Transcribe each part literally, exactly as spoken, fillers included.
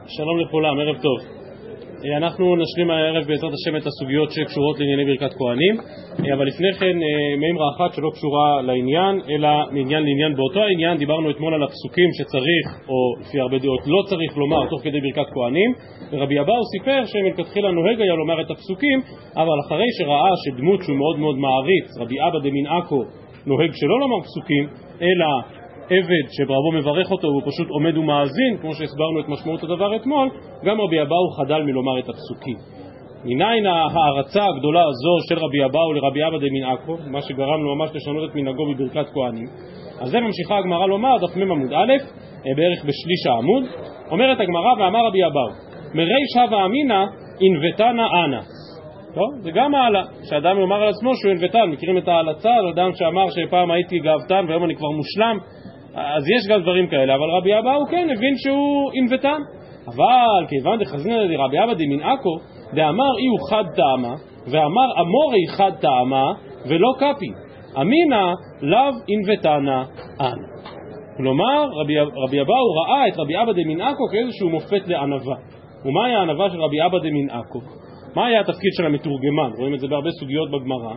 שלום לכולם, ערב טוב. אנחנו נשלים הערב בעזרת השם את הסוגיות שקשורות לענייני ברכת כהנים, אבל לפני כן מאמרה אחת שלא קשורה לעניין, אלא מעניין לעניין. באותו העניין דיברנו אתמול על הפסוקים שצריך, או לפי הרבה דעות לא צריך לומר תוך כדי ברכת כהנים, ורבי אבאו סיפר שמלכתחילה נוהג היה לומר את הפסוקים, אבל אחרי שראה שדמות שהוא מאוד מאוד מעריץ, רבי אבא דמין עכו, נוהג שלא לומר פסוקים, אלא עבד שברבו מברך אותו והוא פשוט עומד ומאזין, כמו שהסברנו את משמעות הדבר אתמול, גם רבי אבאו חדל מלומר את הפסוקים. מניין ההערצה הגדולה הזו של רבי אבאו לרבי אבא דמין עכו, מה שגרם לו ממש לשנות את מנהגו בברכת כהנים. אז זה ממשיכה הגמרא לומר, דף מ' עמוד א', בערך בשליש העמוד, אומרת הגמרא, ואמר רבי אבאו, מריש הווה אמינא אינבטנה אנא. טוב, זה גם העלה, שאדם יאמר על עצמו שהוא אינבטן. מכירים את ההלצה, אדם שאמר שפעם הייתי גאוותן והיום אני כבר מושלם, אז יש גם דברים כאלה, אבל רבי אבאו כן הבין שהוא אינבטן. אבל כיוון דחזינא דרבי אבא דמין עכו, דאמר אי הוא חד טעמה, ואמר אמורי חד טעמה, ולא קפי, אמינא לאו אינבטנה אנא. כלומר, רבי, רבי אבאו ראה את רבי אבא דמין עכו כאיזשהו מופת לענווה. ומה היה הענווה של רבי אבא דמין עכו? מה היה התפקיד של המתורגמן? רואים את זה בהרבה סוגיות בגמרא.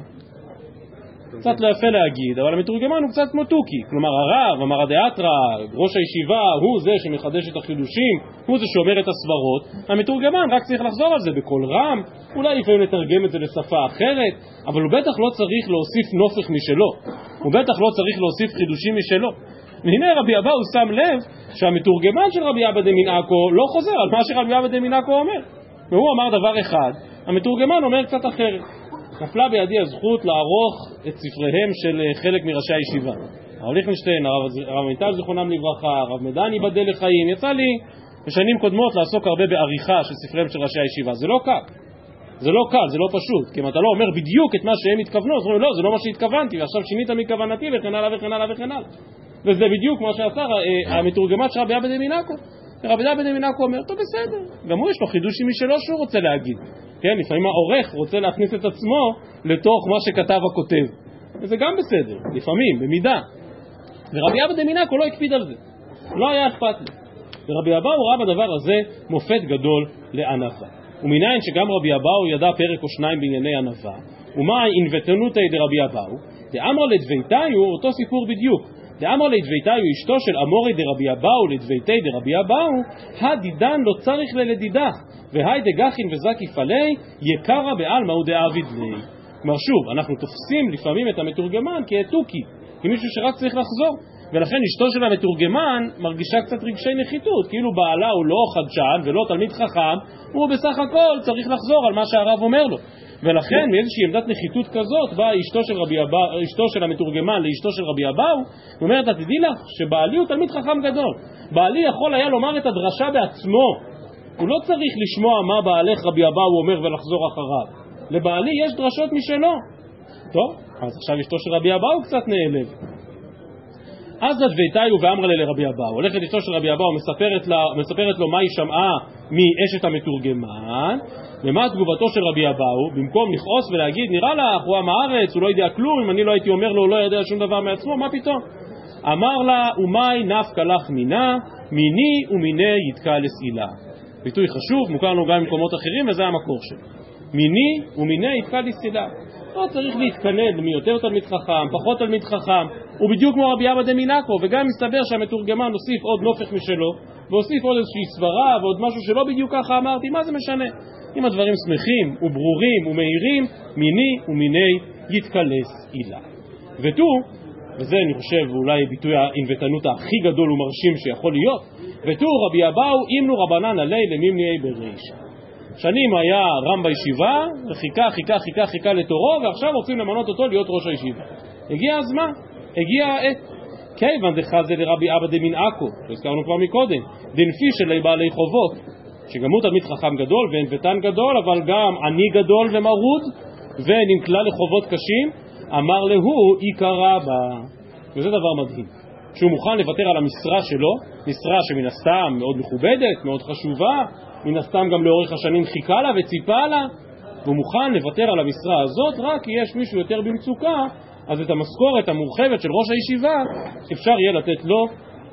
קצת לא יפה להגיד, אבל המתורגמן הוא קצת כמו תוכי. כלומר, הרב, המרא דאתרא, ראש הישיבה, הוא זה שמחדש את החידושים, הוא זה שאומר את הסברות. המתורגמן רק צריך לחזור על זה בקול רם, אולי לפעמים לתרגם את זה לשפה אחרת, אבל הוא בטח לא צריך להוסיף נופך משלו. הוא בטח לא צריך להוסיף חידושים משלו. והנה רבי אבאו שם לב שהמתורגמן של רבי אבא דמין עכו לא חוזר על מה שרבי אבא דמין עכו אומר. והוא אמר דבר אחד, המתורגמן אומר קצת אחרת. נפלה בידי הזכות לערוך את ספריהם של חלק מראשי הישיבה. הרב ליכטנשטיין, הרב מיטל זיכרונם לברכה, הרב מדני בדל לחיים. יצא לי בשנים קודמות לעסוק הרבה בעריכה של ספריהם של ראשי הישיבה. זה לא קל. זה לא קל, זה לא פשוט. כי אם אתה לא אומר בדיוק את מה שהם התכוונו, אז אומרים, לא, זה לא מה שהתכוונתי, ועכשיו שינית מכוונתי וכן הלאה וכן הלאה וכן הלאה. וזה בדיוק מה שעשה המתורגמן של רבי אבא דמין עכו. רבי אבא דמין עכו אומר, טוב בסדר, גם הוא יש לו חידושים משלו שהוא רוצה להגיד. כן, לפעמים העורך רוצה להכניס את עצמו לתוך מה שכתב הכותב. וזה גם בסדר, לפעמים, במידה. ורבי אבא דמין עכו לא הקפיד על זה. לא היה אכפת לו. ורבי אבאו ראה בדבר הזה מופת גדול לענווה. ומניין שגם רבי אבאו ידע פרק או שניים בענייני ענווה, ומה אינבטנותא דרבי אבאו, דאמר לדביתיו, אותו סיפור בדיוק. דאמר לדביתיו אשתו של אמורי דרבי אבאו לדביתי דרבי אבאו, הדידן לא צריך ללדידך, והי דגחין וזקי פלי, יקרה בעלמא ודאביד לי. כלומר שוב, אנחנו תופסים לפעמים את המתורגמן כתוכי, כמישהו שרק צריך לחזור, ולכן אשתו של המתורגמן מרגישה קצת רגשי נחיתות, כאילו בעלה הוא לא חדשן ולא תלמיד חכם, הוא בסך הכל צריך לחזור על מה שהרב אומר לו. ולכן מאיזושהי עמדת נחיתות כזאת באה אשתו של, רבי אבא, אשתו של המתורגמן לאשתו של רבי אבאו, ואומרת, תדעי לך שבעלי הוא תלמיד חכם גדול, בעלי יכול היה לומר את הדרשה בעצמו, הוא לא צריך לשמוע מה בעלך רבי אבאו אומר ולחזור אחריו, לבעלי יש דרשות משלו. טוב, אז עכשיו אשתו של רבי אבאו קצת נעלב. אז לדביתיו ואמרה לה לרבי אבאו, הולכת אשתו של רבי אבאו, מספרת, לה, מספרת לו מה היא שמעה מאשת המתורגמן, ומה תגובתו של רבי אבאו, במקום לכעוס ולהגיד, נראה לך, הוא עם הארץ, הוא לא יודע כלום, אם אני לא הייתי אומר לו, הוא לא יודע שום דבר מעצמו, מה פתאום? אמר לה, ומאי נפקא לך מינה, מיני ומיני יתקע לסעילה. ביטוי חשוב, מוכר לנו גם במקומות אחרים, וזה המקור שלו. מיני ומיני יתקע לסעילה. לא צריך להתכנד מי יותר תלמיד חכם, פחות תלמיד חכם, הוא בדיוק כמו רבי אבא דמין עכו, וגם מסתבר שהמתורגמן הוסיף עוד נופך משלו, והוסיף עוד איזושהי סברה ועוד משהו שלא בדיוק ככה אמרתי, מה זה משנה? אם הדברים שמחים וברורים ומהירים, מיני ומיני יתקלס אילה. ותו, וזה אני חושב אולי ביטוי האינבטנות הכי גדול ומרשים שיכול להיות, ותו רבי אבאו אימנו רבנן עלי למימני ברישא. שנים היה רם בישיבה, וחיכה, חיכה, חיכה, חיכה לתורו, ועכשיו רוצים למנות אותו להיות ראש הישיבה. הגיע הזמן, הגיע העת. כיוון דחזה לרבי אבא דמין עכו, שהזכרנו כבר מקודם, דנפי של בעלי חובות, שגם הוא תלמיד חכם גדול ואינבטן גדול, אבל גם עני גדול ומרוד, וננקלע לחובות קשים, אמר להו עיקרה בה. וזה דבר מדהים. שהוא מוכן לוותר על המשרה שלו, משרה שמן הסתם מאוד מכובדת, מאוד חשובה, מן הסתם גם לאורך השנים חיכה לה וציפה לה, והוא מוכן לוותר על המשרה הזאת רק כי יש מישהו יותר במצוקה, אז את המשכורת המורחבת של ראש הישיבה אפשר יהיה לתת לו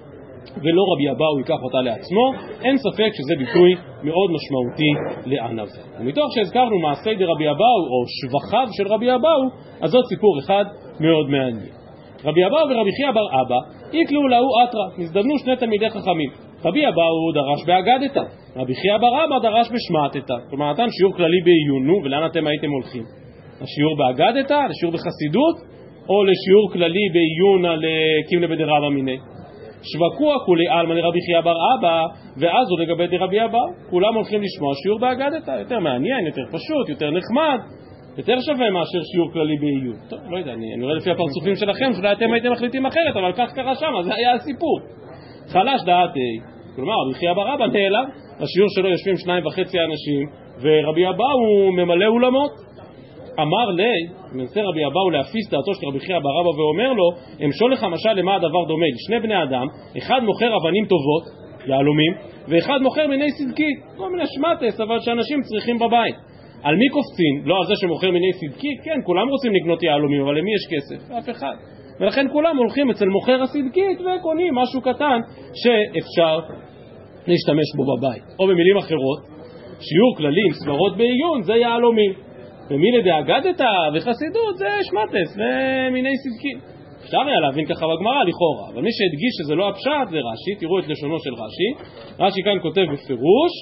ולא רבי אבאו ייקח אותה לעצמו, אין ספק שזה ביטוי מאוד משמעותי לענווה. ומתוך שהזכרנו מעשי דרבי אבאו או שבחיו של רבי אבאו, אז זאת סיפור אחד מאוד מעניין. רבי אבאו ורבי חייא בר אבא יקלו להו אתרא, נזדמנו שני תלמידי חכמים. רבי אבאו דרש באגדתא, רבי חייא בר אבא דרש בשמעתתא. כלומר נתן שיעור כללי בעיון. נו, ולאן אתם הייתם הולכים? לשיעור באגדתא, לשיעור בחסידות, או לשיעור כללי בעיון על קימלה בדרבא מיני? שבקוע כולי עלמא לרבי חייא בר אבא, ואז הוא לגבי דרבי אבאו. כולם הולכים לשמוע שיעור באגדתא, יותר מעניין, יותר פשוט, יותר נחמד, יותר שווה מאשר שיעור כללי בעיון. טוב, לא יודע, אני, אני רואה לפי הפרצופים שלכם, שאולי אתם הייתם מחליטים אחרת, אבל כך קרה שם, זה היה הסיפור. חלש דעתי, כלומר, רבי חייא בר אבא נעלם, בשיעור שלו יושבים שניים וחצי אנשים, ורבי אבאו הוא ממלא אולמות. אמר לי, מנסה רבי אבאו להפיס דעתו של רבי חייא בר אבא ואומר לו, אמשול לך משל למה הדבר דומה? שני בני אדם, אחד מוכר אבנים טובות, יהלומים, ואחד מוכר מיני סדקית, כל מיני שמטס, אבל שאנשים צריכים בבית. על מי קופצים? לא על זה שמוכר מיני סדקית, כן, כולם רוצים לקנות יהלומים, אבל למי יש כסף? אף אחד. ולכן כולם הולכים אצל מוכר הסדקית וקונים משהו קטן שאפשר להשתמש בו בבית. או במילים אחרות, שיעור כללי עם סברות בעיון זה יהלומים. ומילי דאגדתא וחסידות זה שמטס ומיני סדקים. אפשר היה להבין ככה בגמרא לכאורה, אבל מי שהדגיש שזה לא הפשט זה רש"י. תראו את לשונו של רש"י. רש"י כאן כותב בפירוש,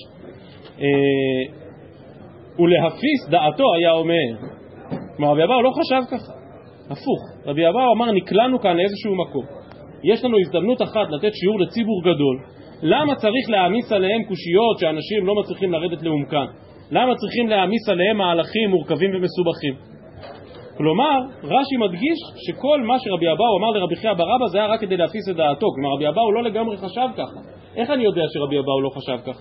אה, ולהפיס דעתו היה אומר. כלומר רבי אבאו לא חשב ככה, הפוך. רבי אבאו אמר נקלענו כאן לאיזשהו מקום, יש לנו הזדמנות אחת לתת שיעור לציבור גדול, למה צריך להעמיס עליהם קושיות שאנשים לא מצליחים לרדת לעומקן? למה צריכים להעמיס עליהם מהלכים מורכבים ומסובכים? כלומר, רש"י מדגיש שכל מה שרבי אבאו אמר לרבי חייא בר אבא זה היה רק כדי להפיס את דעתו. כלומר, רבי אבאו לא לגמרי חשב ככה. איך אני יודע שרבי אבאו לא חשב ככה?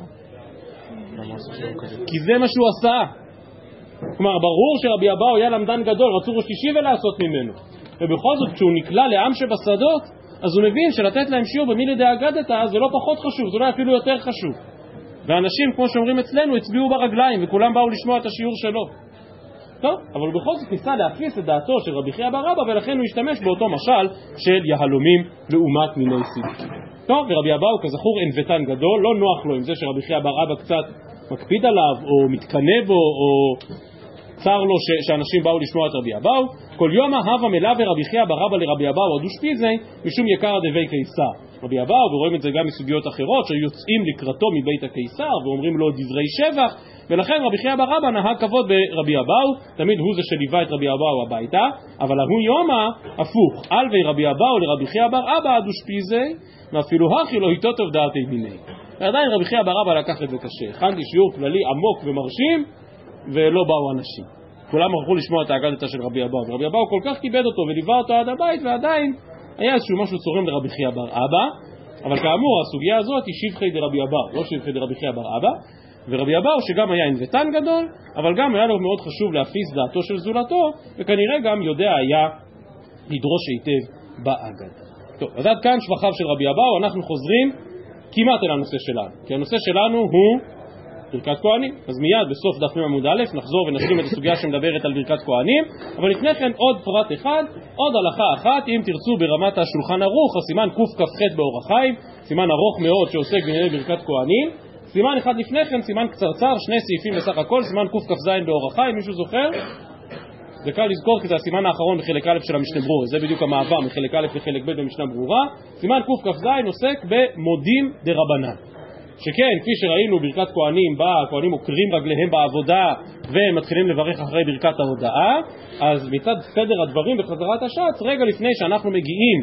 כי זה מה שהוא עשה. כלומר, ברור שרבי אבאו היה למדן גדול, רצו ראש אישי ולעשות ממנו. ובכל זאת, כשהוא נקלע לעם שבשדות, אז הוא מבין שלתת להם שיעור במילי דאגדתא זה לא פחות חשוב, זה לא אפילו יותר חשוב. ואנשים, כמו שאומרים אצלנו, הצביעו ברגליים וכולם באו לשמוע את השיעור שלו. טוב, אבל בכל זאת ניסה להפיס את דעתו של רבי חייא בר אבא, ולכן הוא השתמש באותו משל של יהלומים לעומת מיני סדקים. טוב, ורבי אבאו כזכור ענוותן גדול, לא נוח לו עם זה שרבי חייא בר אבא קצת מקפיד עליו או מתקנא בו או צר לו ש- שאנשים באו לשמוע את רבי אבאו. כל יום הווה מלווה רבי חייא בר אבא לרבי אבאו עדוש פיזי משום יקרא דבי קיסר. רבי אבאו, ורואים את זה גם מסוגיות אחרות, שיוצאים לקראתו מבית הקיסר ואומרים לו דברי שבח, ולכן רבי חייא בר אבא נהג כבוד ברבי אבאו, תמיד הוא זה שליווה את רבי אבאו הביתה, אבל הוא יומא הפוך, אלווי רבי אבאו לרבי חייא בר אבא עדוש פיזי, ואפילו הכי לא איתו טוב דעתי מיני. ועדיין רבי חייא בר אבא לקח את זה קשה, הכנתי שיעור כללי עמוק ומרשים, ולא באו אנשים. כולם הלכו לשמוע את האגדתא של רבי אבאו, ורבי אבאו כל כך כיבד אותו וליווה אותו עד הבית, ועדיין היה איזשהו משהו צורם לרבי חייא בר אבא. אבל כאמור הסוגיה הזאת היא שבחי דרבי אבאו, לא שבחי דרבי חייא בר אבא. ורבי אבאו שגם היה ענוותן גדול, אבל גם היה לו מאוד חשוב להפיס דעתו של זולתו, וכנראה גם יודע היה לדרוש היטב באגדה. טוב, אז עד כאן שבחיו של רבי אבאו. אנחנו חוזרים כמעט אל הנושא שלנו, כי הנושא שלנו הוא ברכת כהנים. אז מיד בסוף דף עמוד א' נחזור ונשלים את הסוגיה שמדברת על ברכת כהנים, אבל לפני כן עוד פרט אחד, עוד הלכה אחת, אם תרצו ברמת השולחן ערוך, הסימן קכ"ח באורח חיים, סימן ארוך מאוד שעוסק בענייני ברכת כהנים. סימן אחד לפני כן, סימן קצרצר, שני סעיפים בסך הכל, סימן קכ"ז באורח חיים. מישהו זוכר? זה קל לזכור כי זה הסימן האחרון בחלק א' של המשנה ברורה, זה בדיוק המעבר מחלק א' לחלק ב' במשנה ברורה. סימן קכ"ז עוסק במודים דרבנן, שכן, כפי שראינו ברכת כהנים בה, הכהנים עוקרים רגליהם בעבודה והם מתחילים לברך אחרי ברכת ההודאה. אז מצד סדר הדברים בחזרת הש"ץ, רגע לפני שאנחנו מגיעים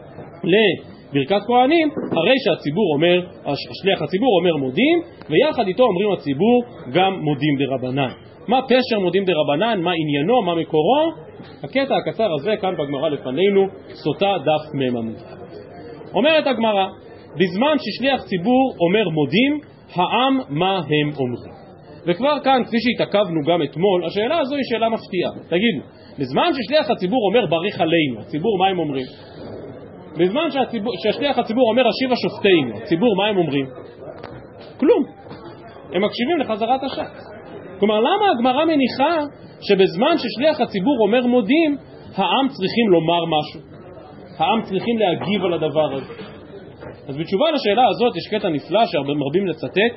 לברכת כהנים, הרי שהציבור אומר, השליח הציבור אומר מודים, ויחד איתו אומרים הציבור גם מודים דרבנן. מה פשר מודים דרבנן, מה עניינו, מה מקורו? הקטע הקצר הזה כאן בגמרא לפנינו, סוטה דף מ' עמוד. אומרת הגמרא, בזמן ששליח ציבור אומר מודים, העם מה הם אומרים? וכבר כאן, כפי שהתעכבנו גם אתמול, השאלה הזו היא שאלה מפתיעה. תגידו, בזמן ששליח הציבור אומר ברך עלינו, הציבור מה הם אומרים? בזמן שהציבור, ששליח הציבור אומר השיבה שופטינו, הציבור מה הם אומרים? כלום. הם מקשיבים לחזרת הש"ץ. כלומר, למה הגמרא מניחה שבזמן ששליח הציבור אומר מודים, העם צריכים לומר משהו? העם צריכים להגיב על הדבר הזה? אז בתשובה לשאלה הזאת יש קטע נפלא שמרבים לצטט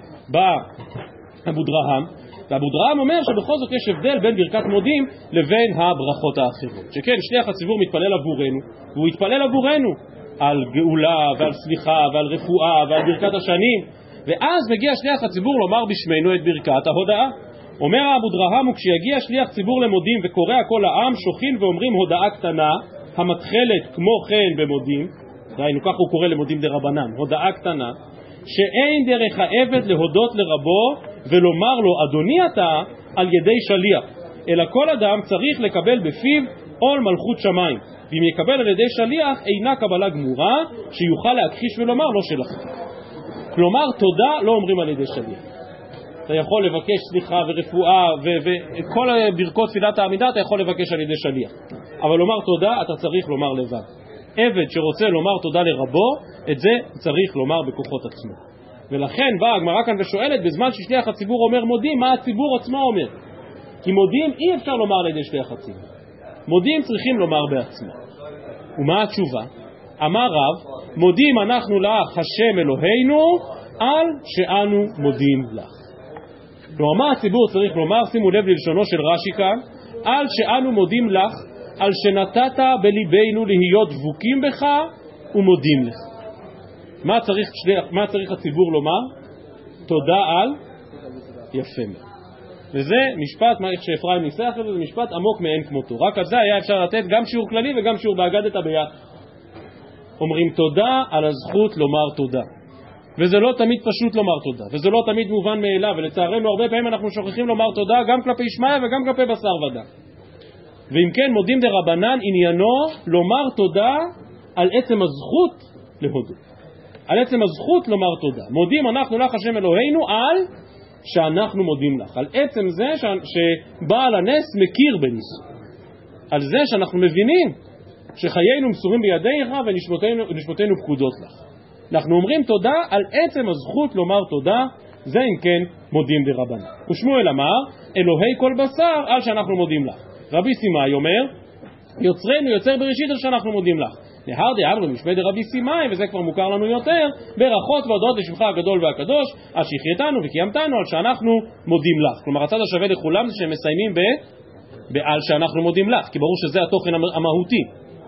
באבו דרהם, ואבו דרהם אומר שבכל זאת יש הבדל בין ברכת מודים לבין הברכות האחרות. שכן שליח הציבור מתפלל עבורנו, והוא יתפלל עבורנו על גאולה ועל סליחה ועל רפואה ועל ברכת השנים, ואז מגיע שליח הציבור לומר בשמנו את ברכת ההודאה. אומר אבו דרהם, וכשיגיע שליח ציבור למודים וקורא כל העם שוכין ואומרים הודאה קטנה המתחלת כמו כן במודים, דהיינו כך הוא קורא למודים דרבנן, הודאה קטנה, שאין דרך העבד להודות לרבו ולומר לו אדוני אתה על ידי שליח, אלא כל אדם צריך לקבל בפיו עול מלכות שמיים, ואם יקבל על ידי שליח אינה קבלה גמורה שיוכל להכחיש ולומר לא שלך. כלומר תודה לא אומרים על ידי שליח. אתה יכול לבקש סליחה ורפואה וכל ברכות תפילת העמידה אתה יכול לבקש על ידי שליח, אבל לומר תודה אתה צריך לומר לבד. עבד שרוצה לומר תודה לרבו, את זה צריך לומר בכוחות עצמו. ולכן באה הגמרא כאן ושואלת, בזמן ששליח הציבור אומר מודים, מה הציבור עצמו אומר? כי מודים אי אפשר לומר על ידי שליח הציבור, מודים צריכים לומר בעצמו. ומה התשובה? אמר רב, מודים אנחנו לך השם אלוהינו על שאנו מודים לך. כלומר, מה הציבור צריך לומר? שימו לב ללשונו של רש"י כאן, על שאנו מודים לך על שנתת בליבנו להיות דבוקים בך ומודים לך. מה צריך, מה צריך הציבור לומר? תודה על יפה מאוד. וזה משפט, מה שאפרים ניסח לזה, זה משפט עמוק מאין כמותו. רק על זה היה אפשר לתת גם שיעור כללי וגם שיעור באגדת ביחד. אומרים תודה על הזכות לומר תודה. וזה לא תמיד פשוט לומר תודה, וזה לא תמיד מובן מאליו, ולצערנו הרבה פעמים אנחנו שוכחים לומר תודה גם כלפי שמיא וגם כלפי בשר ודם. ואם כן, מודים דרבנן עניינו לומר תודה על עצם הזכות להודות, על עצם הזכות לומר תודה. מודים אנחנו לך השם אלוהינו על שאנחנו מודים לך, על עצם זה ש... שבעל הנס מכיר בניסו, על זה שאנחנו מבינים שחיינו מסורים בידיך ונשמותינו פקודות לך. אנחנו אומרים תודה על עצם הזכות לומר תודה, זה אם כן מודים דרבנן. ושמואל אמר אלוהי כל בשר על שאנחנו מודים לך. רבי סימאי אומר יוצרנו יוצר בראשית על שאנחנו מודים לך. נהר דאמר משמי דרבי סימאי, וזה כבר מוכר לנו יותר, ברכות והודות לשמך הגדול והקדוש על שהחייתנו וקיימתנו על שאנחנו מודים לך. כלומר הצד השווה לכולם זה שהם מסיימים ב... בעל שאנחנו מודים לך, כי ברור שזה התוכן המהותי,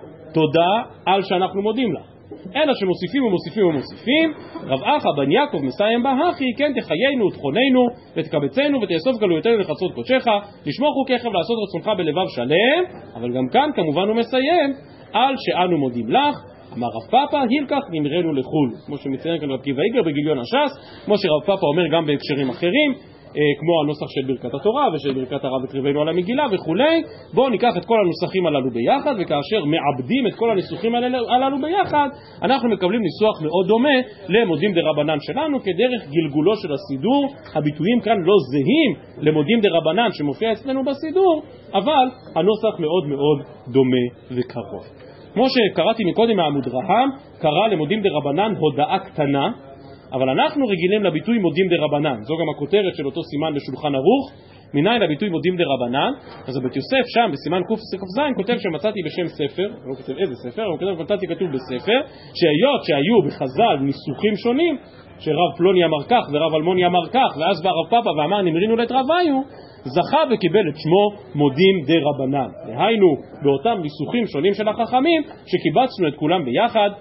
תודה על שאנחנו מודים לך. אלא שמוסיפים ומוסיפים ומוסיפים, רב אחא בן יעקב מסיים בהכי, כן תחיינו ותכוננו ותקבצנו ותאסוף גלויותינו לחצות קודשך, לשמור חוקיך ולעשות רצונך בלבב שלם. אבל גם כאן כמובן הוא מסיים על שאנו מודים לך. אמר רב פאפא הילקח נמרנו לחול, כמו שמציין כאן רב עקיבא איגר בגיליון הש"ס, כמו שרב פאפא אומר גם בהקשרים אחרים, כמו הנוסח של ברכת התורה ושל ברכת הרב הקריבנו על המגילה וכולי. בואו ניקח את כל הנוסחים הללו ביחד, וכאשר מעבדים את כל הניסוחים הללו ביחד אנחנו מקבלים ניסוח מאוד דומה למודים דרבנן שלנו, כדרך גלגולו של הסידור. הביטויים כאן לא זהים למודים דרבנן שמופיע אצלנו בסידור, אבל הנוסח מאוד מאוד דומה וקרוב. כמו שקראתי מקודם מעמוד רהם, קרא למודים דרבנן הודאה קטנה, אבל אנחנו רגילים לביטוי מודים דרבנן, זו גם הכותרת של אותו סימן בשולחן ערוך, מניין לביטוי מודים דרבנן. אז הבית יוסף שם בסימן ק"ז כותב שמצאתי בשם ספר, לא כותב איזה ספר, הוא כותב מצאתי כתוב בספר, שהיות שהיו בחז"ל ניסוחים שונים, שרב פלוני אמר כך ורב אלמוני אמר כך, ואז בא רב פאפא ואמר נמרינו לתרוויו, זכה וקיבל את שמו מודים דרבנן. דהיינו באותם ניסוחים שונים של החכמים שקיבצנו את כולם ביחד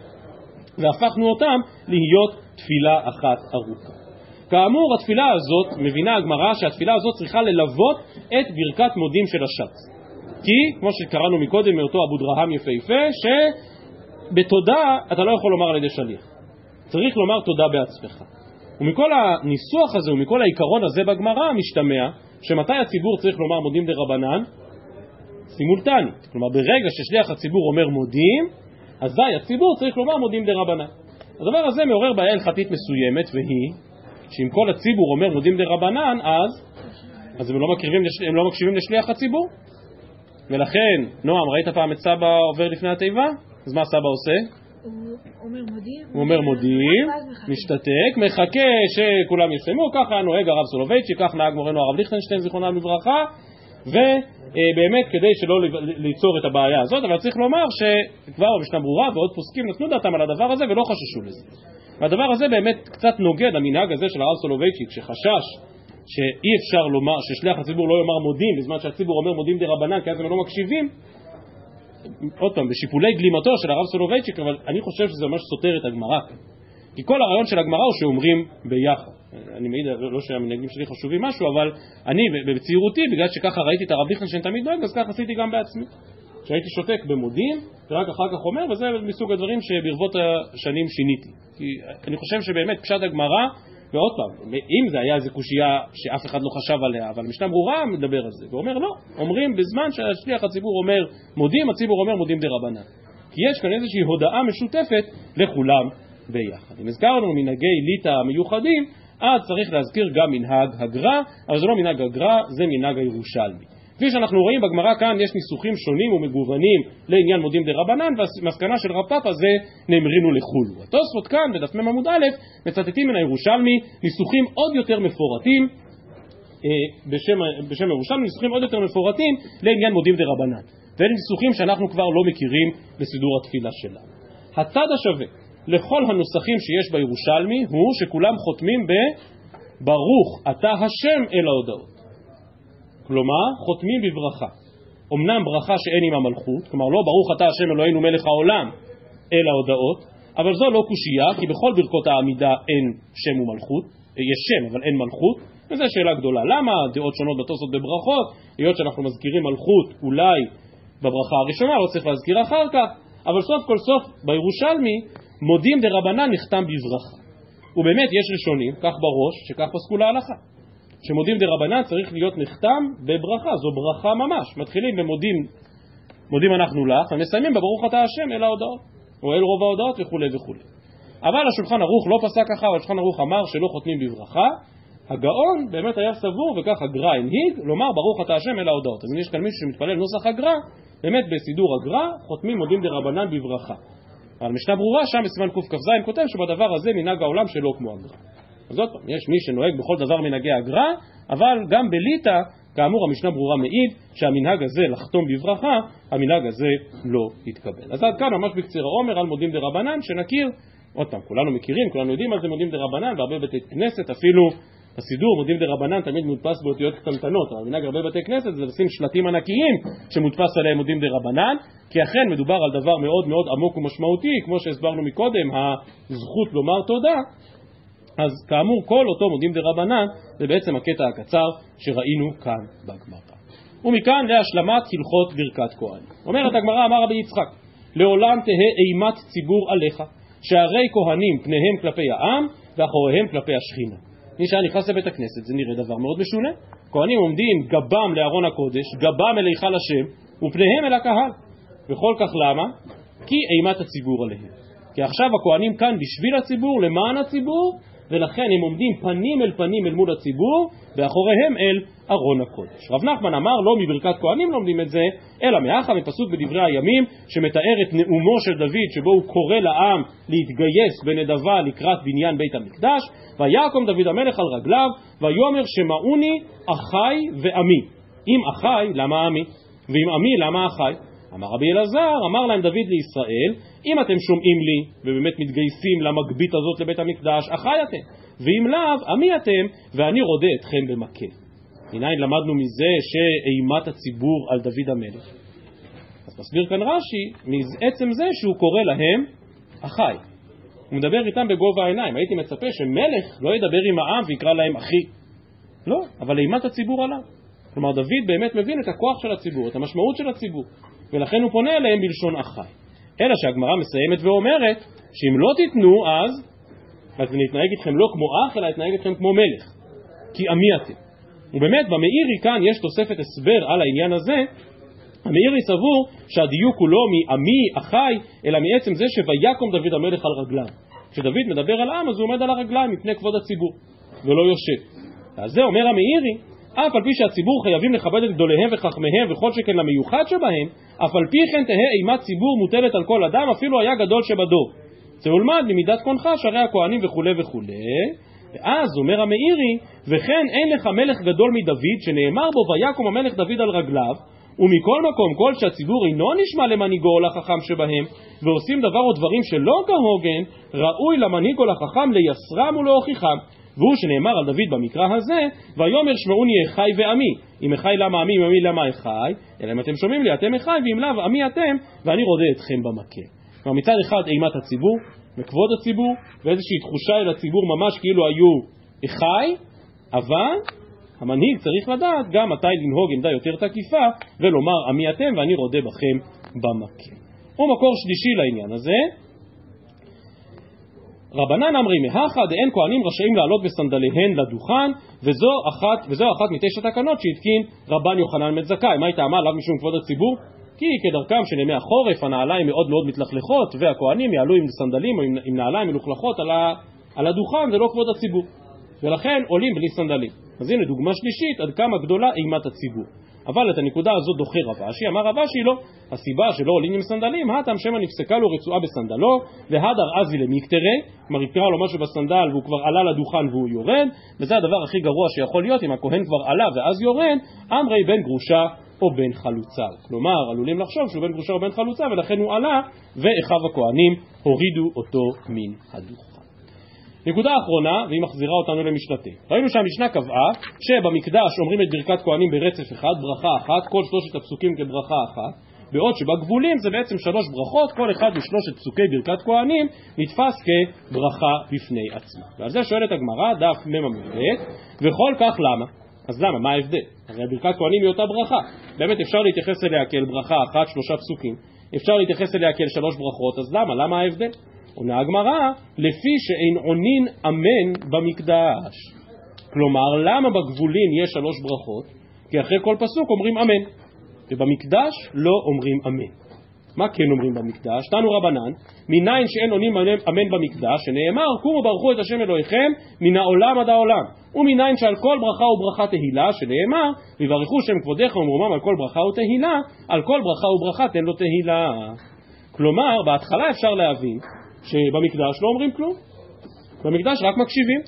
והפכנו אותם להיות תפילה אחת ארוכה. כאמור, התפילה הזאת, מבינה הגמרא שהתפילה הזאת צריכה ללוות את ברכת מודים של הש"ץ. כי, כמו שקראנו מקודם מאותו אבו דרהם יפהפה, שבתודה אתה לא יכול לומר על ידי שליח. צריך לומר תודה בעצמך. ומכל הניסוח הזה ומכל העיקרון הזה בגמרא משתמע שמתי הציבור צריך לומר מודים דרבנן? סימולטנית. כלומר, ברגע ששליח הציבור אומר מודים, אזי הציבור צריך לומר מודים דרבנן. הדבר הזה מעורר בעיה הלכתית מסוימת, והיא שאם כל הציבור אומר מודים דרבנן, אז אז הם לא מקשיבים, הם לא מקשיבים לשליח הציבור. ולכן, נועם, ראית פעם את סבא עובר לפני התיבה? אז מה סבא עושה? הוא אומר מודים, הוא אומר מודים, משתתק, מחכה שכולם יסיימו. ככה נוהג הרב סולובייצ'יק, כך נהג מורנו הרב ליכטנשטיין זיכרונם לברכה. ובאמת כדי שלא ליצור את הבעיה הזאת, אבל צריך לומר שכבר במשנה ברורה ועוד פוסקים נתנו דעתם על הדבר הזה ולא חששו לזה. והדבר הזה באמת קצת נוגד, המנהג הזה של הרב סולובייצ'יק, שחשש שאי אפשר לומר, ששליח הציבור לא יאמר מודים בזמן שהציבור אומר מודים דרבנן, כי אז הם לא מקשיבים. עוד פעם, בשיפולי גלימתו של הרב סולובייצ'יק, אבל אני חושב שזה ממש סותר את הגמרא. כי כל הרעיון של הגמרא הוא שאומרים ביחד. אני מעיד, לא שהמנהגים שלי חשובים משהו, אבל אני בצעירותי, בגלל שככה ראיתי את הרב ליכטנשטיין תמיד נוהג, אז ככה עשיתי גם בעצמי. שהייתי שותק במודים, ורק אחר כך אומר, וזה מסוג הדברים שברבות השנים שיניתי. כי אני חושב שבאמת פשט הגמרא, ועוד פעם, אם זה היה איזו קושייה שאף אחד לא חשב עליה, אבל משנה ברורה מדבר על זה, ואומר לא, אומרים בזמן שהשליח הציבור אומר מודים, הציבור אומר מודים דרבנן. כי יש כאן איזושהי הודעה משותפת לכולם ביחד. אם הזכרנו מנהגי ליטא המיוחדים, אז צריך להזכיר גם מנהג הגר"א, אבל זה לא מנהג הגר"א, זה מנהג הירושלמי. כפי שאנחנו רואים בגמרא כאן יש ניסוחים שונים ומגוונים לעניין מודים דרבנן, והמסקנה של רב פאפא זה נאמרינו לחולו. התוספות כאן בדף מ עמוד א' מצטטים מן הירושלמי ניסוחים עוד יותר מפורטים, בשם, בשם הירושלמי ניסוחים עוד יותר מפורטים לעניין מודים דרבנן. ואלה ניסוחים שאנחנו כבר לא מכירים בסידור התפילה שלנו. הצד השווה לכל הנוסחים שיש בירושלמי הוא שכולם חותמים בברוך אתה השם אל ההודעות. כלומר, חותמים בברכה. אמנם ברכה שאין עם המלכות, כלומר לא ברוך אתה השם אלוהינו מלך העולם אל ההודעות, אבל זו לא קושייה, כי בכל ברכות העמידה אין שם ומלכות, יש שם אבל אין מלכות, וזו שאלה גדולה. למה? דעות שונות בתוספות בברכות, היות שאנחנו מזכירים מלכות אולי בברכה הראשונה, לא צריך להזכיר אחר כך, אבל סוף כל סוף בירושלמי מודים דרבנן נחתם בברכה. ובאמת יש ראשונים, כך בראש, שכך פסקו להלכה. שמודים דרבנן צריך להיות נחתם בברכה, זו ברכה ממש. מתחילים במודים, מודים אנחנו לך, ומסיימים בברוך אתה השם אל ההודעות, או אל רוב ההודעות וכו' וכו'. אבל השולחן ערוך לא פסק ככה, אבל השולחן ערוך אמר שלא חותמים בברכה. הגאון באמת היה סבור, וכך הגר"א הנהיג, לומר ברוך אתה השם אל ההודעות. אז אם יש כאן מישהו שמתפלל נוסח הגר"א, באמת בסידור הגר"א חותמים מודים דרבנן בברכה. אבל משנה ברורה שם בסימן קכ"ז כותב שבדבר הזה מנהג העולם שלא כמו הגר"א. אז עוד פעם, יש מי שנוהג בכל דבר מנהגי הגר"א, אבל גם בליטא, כאמור המשנה ברורה מעיד שהמנהג הזה לחתום בברכה, המנהג הזה לא יתקבל. אז עד כאן ממש בקצרה אומר על מודים דרבנן, שנכיר, עוד פעם, כולנו מכירים, כולנו יודעים על זה מודים דרבנן, והרבה בתי כנסת אפילו הסידור מודים דרבנן תמיד מודפס באותיות קטנטנות, אבל מנהג הרבה בתי כנסת זה לשים שלטים ענקיים שמודפס עליהם מודים דרבנן, כי אכן מדובר על דבר מאוד מאוד עמוק ומשמעותי, כמו שהסברנו מקודם, הזכות לומר תודה. אז כאמור כל אותו מודים דרבנן זה בעצם הקטע הקצר שראינו כאן בגמרא. ומכאן להשלמת הלכות ברכת כהנים. אומרת הגמרא, אמר רבי יצחק, לעולם תהא אימת ציבור עליך, שהרי כהנים פניהם כלפי העם ואחוריהם כלפי השכינה. מי שהיה נכנס לבית הכנסת זה נראה דבר מאוד משונה. כהנים עומדים גבם לארון הקודש, גבם אל היכל השם ופניהם אל הקהל. וכל כך למה? כי אימת הציבור עליהם. כי עכשיו הכהנים כאן בשביל הציבור, למען הציבור, ולכן הם עומדים פנים אל פנים אל מול הציבור, ואחוריהם אל ארון הקודש. רב נחמן אמר, לא מברכת כהנים לומדים את זה, אלא מאחר מפסוק בדברי הימים, שמתאר את נאומו של דוד, שבו הוא קורא לעם להתגייס בנדבה לקראת בניין בית המקדש, ויקום דוד המלך על רגליו, ויאמר שמעוני אחי ועמי. אם אחי, למה עמי? ואם עמי, למה אחי? אמר רבי אלעזר, אמר להם דוד לישראל, אם אתם שומעים לי ובאמת מתגייסים למגבית הזאת לבית המקדש, אחי אתם, ואם לאו, עמי אתם, ואני רודה אתכם במכה. מניין למדנו מזה שאימת הציבור על דוד המלך. אז מסביר כאן רש"י, מעצם זה שהוא קורא להם אחי. הוא מדבר איתם בגובה העיניים. הייתי מצפה שמלך לא ידבר עם העם ויקרא להם אחי. לא, אבל אימת הציבור עליו. כלומר דוד באמת מבין את הכוח של הציבור, את המשמעות של הציבור, ולכן הוא פונה אליהם בלשון אחי. אלא שהגמרא מסיימת ואומרת שאם לא תיתנו אז, אז נתנהג איתכם לא כמו אח, אלא נתנהג איתכם כמו מלך, כי עמי אתם. ובאמת במאירי כאן יש תוספת הסבר על העניין הזה. המאירי סבור שהדיוק הוא לא מעמי אחי, אלא מעצם זה שויקום דוד המלך על רגליו. כשדוד מדבר על העם אז הוא עומד על הרגליים מפני כבוד הציבור ולא יושב. אז זה אומר המאירי, אף על פי שהציבור חייבים לכבד את גדוליהם וחכמיהם וכל שכן למיוחד שבהם, אף על פי כן תהא אימת ציבור מוטלת על כל אדם, אפילו היה גדול שבדור. זה הולמד ממידת קונך, שרי הכהנים וכו' וכו'. ואז אומר המאירי, וכן אין לך מלך גדול מדוד, שנאמר בו ויקום המלך דוד על רגליו, ומכל מקום כל שהציבור אינו נשמע למנהיגו או לחכם שבהם, ועושים דבר או דברים שלא כהוגן, ראוי למנהיג או לחכם לייסרם ולהוכיחם. והוא שנאמר על דוד במקרא הזה, ויאמר שמעוני אחי ועמי. אם אחי למה עמי, אם עמי למה אחי, אלא אם אתם שומעים לי אתם אחי, ואם לאו עמי אתם, ואני רודה אתכם במכה. כלומר מצד אחד אימת הציבור, מכבוד הציבור, ואיזושהי תחושה אל הציבור ממש כאילו היו אחי, אבל המנהיג צריך לדעת גם מתי לנהוג עמדה יותר תקיפה, ולומר עמי אתם ואני רודה בכם במכה. ומקור שלישי לעניין הזה, רבנן אמרי מהכה דאין כהנים רשאים לעלות בסנדליהן לדוכן, וזו אחת, וזו אחת מתשע תקנות שהתקין רבן יוחנן בן זכאי. מה היא טעמה עליו משום כבוד הציבור? כי כדרכם של ימי החורף הנעליים מאוד מאוד מתלכלכות, והכהנים יעלו עם סנדלים או עם, עם נעליים מלוכלכות על, ה, על הדוכן, זה לא כבוד הציבור, ולכן עולים בלי סנדלים. אז הנה דוגמה שלישית עד כמה גדולה אימת הציבור. אבל את הנקודה הזאת דוחה רבשי, אמר רבשי לא, הסיבה שלא עולים עם סנדלים, הטעם שמא נפסקה לו רצועה בסנדלו, והדר אזי למקטרי, כלומר יקרא לו משהו בסנדל והוא כבר עלה לדוכן והוא יורד, וזה הדבר הכי גרוע שיכול להיות אם הכהן כבר עלה ואז יורד, אמרי בן גרושה או בן חלוצה. כלומר עלולים לחשוב שהוא בן גרושה או בן חלוצה, ולכן הוא עלה ואחיו הכהנים הורידו אותו מן הדוכן. נקודה אחרונה, והיא מחזירה אותנו למשנתי. ראינו שהמשנה קבעה שבמקדש אומרים את ברכת כהנים ברצף אחד, ברכה אחת, כל שלושת הפסוקים כברכה אחת, בעוד שבגבולים זה בעצם שלוש ברכות, כל אחד משלושת פסוקי ברכת כהנים נתפס כברכה בפני עצמה. ועל זה שואלת הגמרא, דף ממ"ב, וכל כך למה? אז למה? מה ההבדל? הרי ברכת כהנים היא אותה ברכה. באמת אפשר להתייחס אליה כאל ברכה אחת, שלושה פסוקים. אפשר להתייחס אליה כאל שלוש ברכות, אז למה? למה ההבדל? עונה הגמרא, לפי שאין עונין אמן במקדש. כלומר, למה בגבולים יש שלוש ברכות? כי אחרי כל פסוק אומרים אמן, ובמקדש לא אומרים אמן. מה כן אומרים במקדש? תנו רבנן, מניין שאין עונים אמן במקדש, שנאמר, קומו ברכו את השם אלוהיכם מן העולם עד העולם. ומניין שעל כל ברכה וברכה תהילה, שנאמר, ויברכו שם כבודך ומרומם על כל ברכה ותהילה, על כל ברכה וברכה תן לו תהילה. כלומר, בהתחלה אפשר להבין שבמקדש לא אומרים כלום, במקדש רק מקשיבים,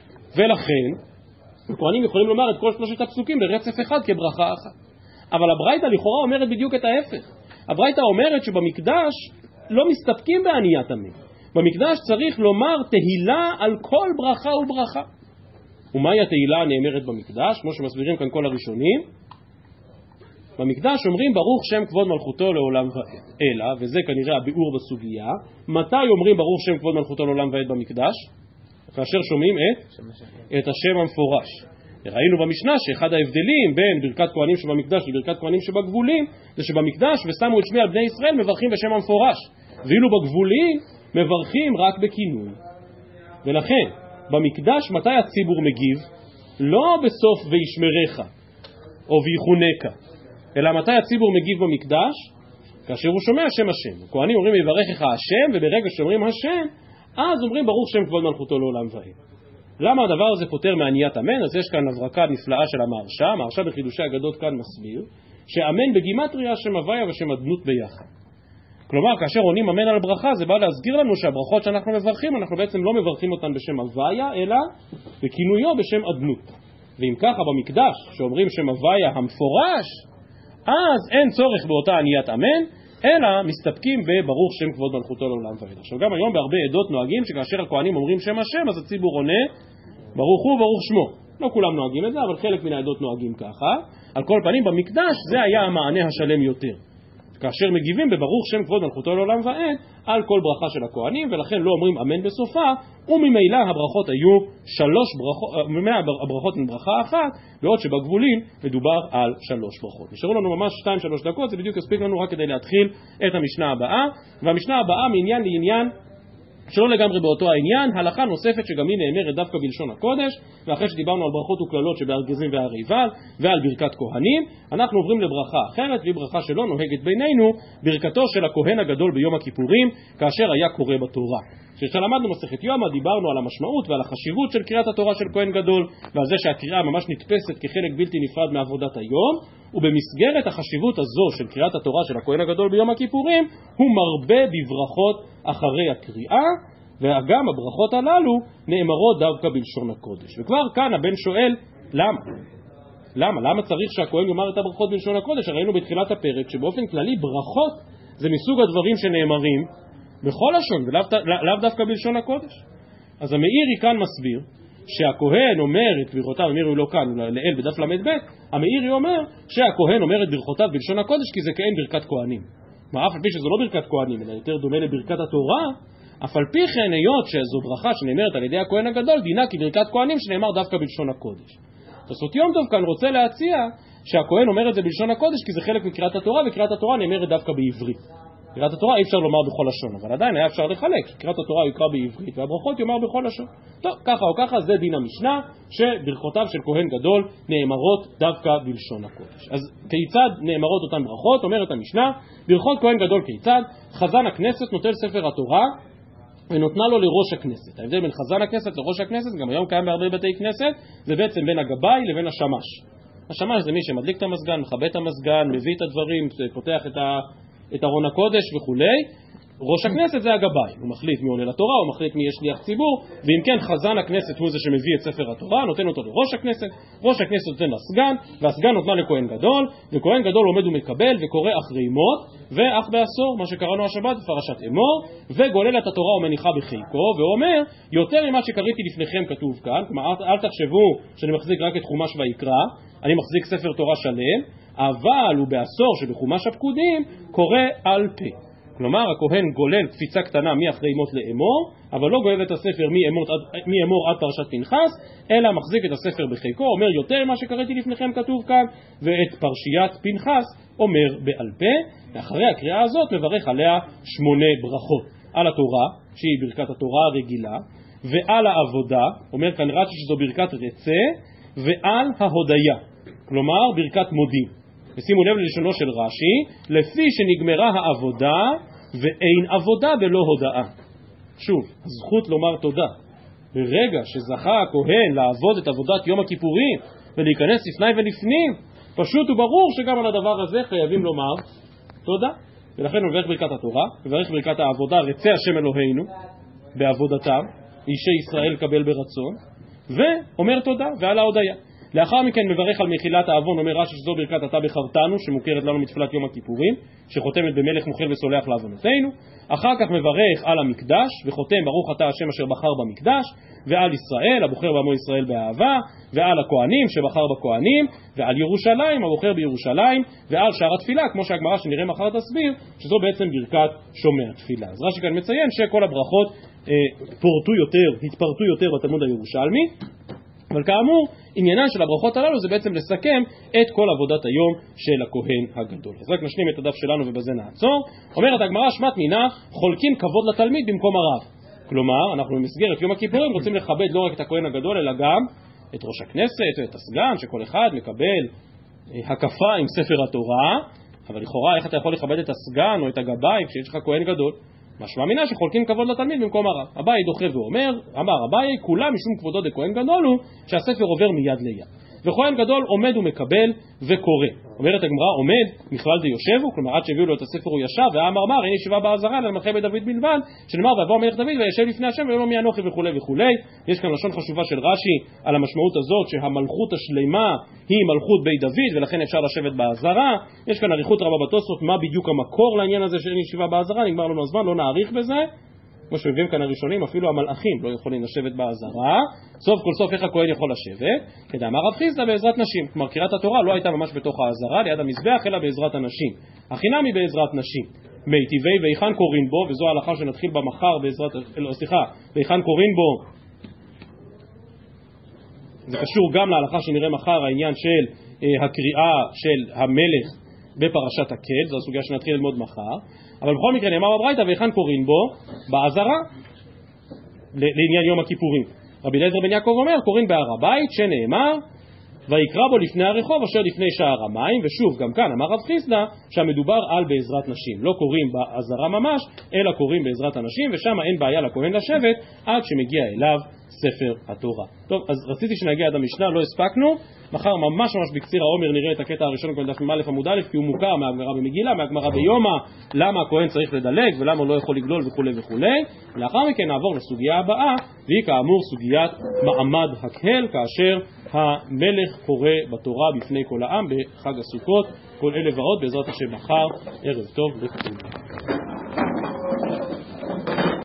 ולכן הכהנים יכולים לומר את כל שלושת הפסוקים ברצף אחד כברכה אחת. אבל הברייתא לכאורה אומרת בדיוק את ההפך. הברייתא אומרת שבמקדש לא מסתפקים בעניית אמן, במקדש צריך לומר תהילה על כל ברכה וברכה. ומהי התהילה הנאמרת במקדש? כמו שמסבירים כאן כל הראשונים, במקדש אומרים ברוך שם כבוד מלכותו לעולם ועד. אלא, וזה כנראה הביאור בסוגיה, מתי אומרים ברוך שם כבוד מלכותו לעולם ועד במקדש? כאשר שומעים את, את השם המפורש. ראינו במשנה שאחד ההבדלים בין ברכת כהנים שבמקדש לברכת כהנים שבגבולים, זה שבמקדש ושמו את שמי על בני ישראל מברכים בשם המפורש, ואילו בגבולים מברכים רק בכינוי. ולכן, במקדש מתי הציבור מגיב? לא בסוף וישמרך או ויחונקה, אלא מתי הציבור מגיב במקדש? כאשר הוא שומע שם השם. הכהנים אומרים יברכך השם, וברגע שאומרים השם, אז אומרים ברוך שם כבוד מלכותו לעולם ועד. למה הדבר הזה פותר מעניית אמן? אז יש כאן הברקה נפלאה של המהרש"א. המהרש"א בחידושי אגדות כאן מסביר שאמן בגימטריה שם הוויה ושם אדנות ביחד. כלומר, כאשר עונים אמן על ברכה, זה בא להסגיר לנו שהברכות שאנחנו מברכים, אנחנו בעצם לא מברכים אותן בשם הוויה, אלא בכינויו בשם אדנות. ואם ככה במקדש שאומרים שם הוויה המפורש, אז אין צורך באותה עניית אמן, אלא מסתפקים בברוך שם כבוד מלכותו לעולם ועד. עכשיו גם היום בהרבה עדות נוהגים שכאשר הכהנים אומרים שם השם, אז הציבור עונה ברוך הוא ברוך שמו. לא כולם נוהגים את זה, אבל חלק מן העדות נוהגים ככה. על כל פנים במקדש זה היה המענה השלם יותר, כאשר מגיבים בברוך שם כבוד מלכותו לעולם ועד על כל ברכה של הכהנים, ולכן לא אומרים אמן בסופה, וממילא הברכות היו שלוש ברכות, ממאה הברכות עם ברכה אחת, בעוד שבגבולים מדובר על שלוש ברכות. נשארו לנו ממש שתיים שלוש דקות, זה בדיוק הספיק לנו רק כדי להתחיל את המשנה הבאה, והמשנה הבאה מעניין לעניין שלא לגמרי באותו העניין, הלכה נוספת שגם היא נאמרת דווקא בלשון הקודש, ואחרי שדיברנו על ברכות וכללות שבארגזים והריבל ועל ברכת כהנים, אנחנו עוברים לברכה אחרת, והיא ברכה שלא נוהגת בינינו, ברכתו של הכהן הגדול ביום הכיפורים, כאשר היה קורא בתורה. כשלמדנו מסכת יומא דיברנו על המשמעות ועל החשיבות של קריאת התורה של כהן גדול, ועל זה שהקריאה ממש נתפסת כחלק בלתי נפרד מעבודת היום, ובמסגרת החשיבות הזו של קריאת התורה של הכהן הגדול ביום הכיפורים, הוא מרבה בברכות אחרי הקריאה, וגם הברכות הללו נאמרות דווקא בלשון הקודש. וכבר כאן הבן שואל, למה? למה? למה צריך שהכהן יאמר את הברכות בלשון הקודש? ראינו בתחילת הפרק שבאופן כללי ברכות זה מסוג הדברים שנאמרים בכל לשון, ולאו דווקא בלשון הקודש. אז המאירי כאן מסביר שהכהן אומר את ברכותיו, המאירי הוא לא כאן, הוא לאל בדף למד ב', המאירי אומר שהכהן אומר את ברכותיו בלשון הקודש כי זה כאין ברכת כהנים. מה, אף על פי שזו לא ברכת כהנים, אלא יותר דומה לברכת התורה, אף על פי כן היות שזו ברכה שנאמרת על ידי הכהן הגדול, דינה כברכת כהנים שנאמר דווקא בלשון הקודש. תוספות יום טוב כאן רוצה להציע שהכהן אומר את זה בלשון הקודש כי זה חלק מקריאת התורה, וקריאת התורה נאמרת דווקא בעברית. קריאת התורה אי אפשר לומר בכל לשון, אבל עדיין היה אפשר לחלק, קריאת התורה יקרא בעברית והברכות יאמר בכל לשון. טוב, ככה או ככה זה דין המשנה, שברכותיו של כהן גדול נאמרות דווקא בלשון הקודש. אז כיצד נאמרות אותן ברכות? אומרת המשנה, ברכות כהן גדול כיצד? חזן הכנסת נוטל ספר התורה ונותנה לו לראש הכנסת. ההבדל בין חזן הכנסת לראש הכנסת, גם היום קיים בהרבה בתי כנסת, זה בעצם בין הגבאי לבין השמש. השמש זה מי שמדליק את המזגן, מכבה את המזגן, מביא את הדברים, פותח את ה... את ארון הקודש וכולי. ראש הכנסת זה הגבאי, הוא מחליט מי עולה לתורה, הוא מחליט מי יש שליח ציבור, ואם כן חזן הכנסת הוא זה שמביא את ספר התורה, נותן אותו לראש הכנסת, ראש הכנסת נותן לסגן, והסגן נותנה לכהן גדול, וכהן גדול עומד ומקבל וקורא אחרי מות ואח בעשור, מה שקראנו השבת בפרשת אמור, וגולל את התורה ומניחה בחיקו, ואומר יותר ממה שקראתי לפניכם כתוב כאן, כלומר אל תחשבו שאני מחזיק רק את חומש ויקרא, אני מחזיק ספר תורה שלם, אבל הוא בעשור שבחומש הפקודים קורא על פה. כלומר הכהן גולל קפיצה קטנה מאחרי מות לאמור, אבל לא גולל את הספר מאמור עד פרשת פנחס, אלא מחזיק את הספר בחיקו, אומר יותר מה שקראתי לפניכם כתוב כאן, ואת פרשיית פנחס אומר בעל פה. ואחרי הקריאה הזאת מברך עליה שמונה ברכות, על התורה שהיא ברכת התורה הרגילה, ועל העבודה, אומר כאן רש"י שזו ברכת רצה, ועל ההודיה, כלומר ברכת מודים. ושימו לב ללשונו של רש"י, לפי שנגמרה העבודה ואין עבודה בלא הודאה. שוב, הזכות לומר תודה. ברגע שזכה הכהן לעבוד את עבודת יום הכיפורים ולהיכנס לפני ולפנים, פשוט וברור שגם על הדבר הזה חייבים לומר תודה. ולכן הוא מברך ברכת התורה, מברך ברכת העבודה, רצה השם אלוהינו בעבודתם, אישי ישראל קבל ברצון, ואומר תודה ועל ההודיה. לאחר מכן מברך על מחילת האבון, אומר רש"י שזו ברכת אתה בחרתנו, שמוכרת לנו מתפילת יום הכיפורים, שחותמת במלך מוחל וסולח לעוונותינו. אחר כך מברך על המקדש, וחותם ברוך אתה השם אשר בחר במקדש, ועל ישראל, הבוחר בעמו ישראל באהבה, ועל הכהנים שבחר בכהנים, ועל ירושלים, הבוחר בירושלים, ועל שער התפילה, כמו שהגמרא שנראה מחר תסביר, שזו בעצם ברכת שומע תפילה. אז רש"י כאן מציין שכל הברכות אה, פורטו יותר, התפרטו יותר בתלמוד הירושלמי, אבל כאמור, עניינן של הברכות הללו זה בעצם לסכם את כל עבודת היום של הכהן הגדול. אז רק נשלים את הדף שלנו ובזה נעצור. אומרת הגמרא שמת מינה, חולקים כבוד לתלמיד במקום הרב. כלומר, אנחנו במסגרת יום הכיפורים רוצים לכבד לא רק את הכהן הגדול, אלא גם את ראש הכנסת, את הסגן, שכל אחד מקבל הקפה עם ספר התורה, אבל לכאורה איך אתה יכול לכבד את הסגן או את הגבאי כשיש לך כהן גדול? משמע מינה שחולקים כבוד לתלמיד במקום הרב. אביי דוחה ואומר, אמר אביי, כולם משום כבודו דכהן גדול הוא שהספר עובר מיד ליד. וכהן גדול עומד ומקבל וקורא. אומרת הגמרא, עומד, מכלל די יושבו, כלומר עד שהביאו לו את הספר הוא ישב, ואמר מר, אין ישיבה בעזרה, אלא למלכי בית דוד בלבד, שנאמר ויבוא המלך דוד וישב לפני השם ויאמר מי אנוכי וכו' וכו'. יש כאן לשון חשובה של רש"י על המשמעות הזאת שהמלכות השלמה היא מלכות בית דוד ולכן אפשר לשבת בעזרה. יש כאן אריכות רבה בתוספות מה בדיוק המקור לעניין הזה שאין ישיבה בעזרה, נגמר לנו הזמן, לא נאריך בזה. כמו שמביאים כאן הראשונים, אפילו המלאכים לא יכולים לשבת בעזרה. סוף כל סוף איך הכהן יכול לשבת? כדאמר רב חיסדא בעזרת נשים. כלומר קריאת התורה לא הייתה ממש בתוך העזרה ליד המזבח אלא בעזרת הנשים. החינם היא בעזרת נשים. מיטיבי והיכן קוראים בו, וזו ההלכה שנתחיל בה מחר בעזרת, לא, סליחה, והיכן קוראים בו, זה קשור גם להלכה שנראה מחר, העניין של אה, הקריאה של המלך בפרשת הקהל, זו הסוגיה שנתחיל ללמוד מחר. אבל בכל מקרה נאמר בברייתא והיכן קוראים בו? בעזרה, לעניין יום הכיפורים. רבי אליעזר בן יעקב אומר קוראים בהר הבית שנאמר ויקרא בו לפני הרחוב אשר לפני שער המים. ושוב גם כאן אמר רב חיסדא שהמדובר על בעזרת נשים, לא קוראים בעזרה ממש אלא קוראים בעזרת הנשים, ושם אין בעיה לכהן לשבת עד שמגיע אליו ספר התורה. טוב, אז רציתי שנגיע עד המשנה, לא הספקנו. מחר ממש ממש בקציר העומר נראה את הקטע הראשון כבר דף מ"א עמוד א', כי הוא מוכר מהגמרא במגילה, מהגמרא ביומא, למה הכהן צריך לדלג ולמה הוא לא יכול לגלול וכו' וכו'. לאחר מכן נעבור לסוגיה הבאה, והיא כאמור סוגיית מעמד הקהל, כאשר המלך קורא בתורה בפני כל העם בחג הסוכות. כל אלה ועוד בעזרת השם מחר. ערב טוב לכולם.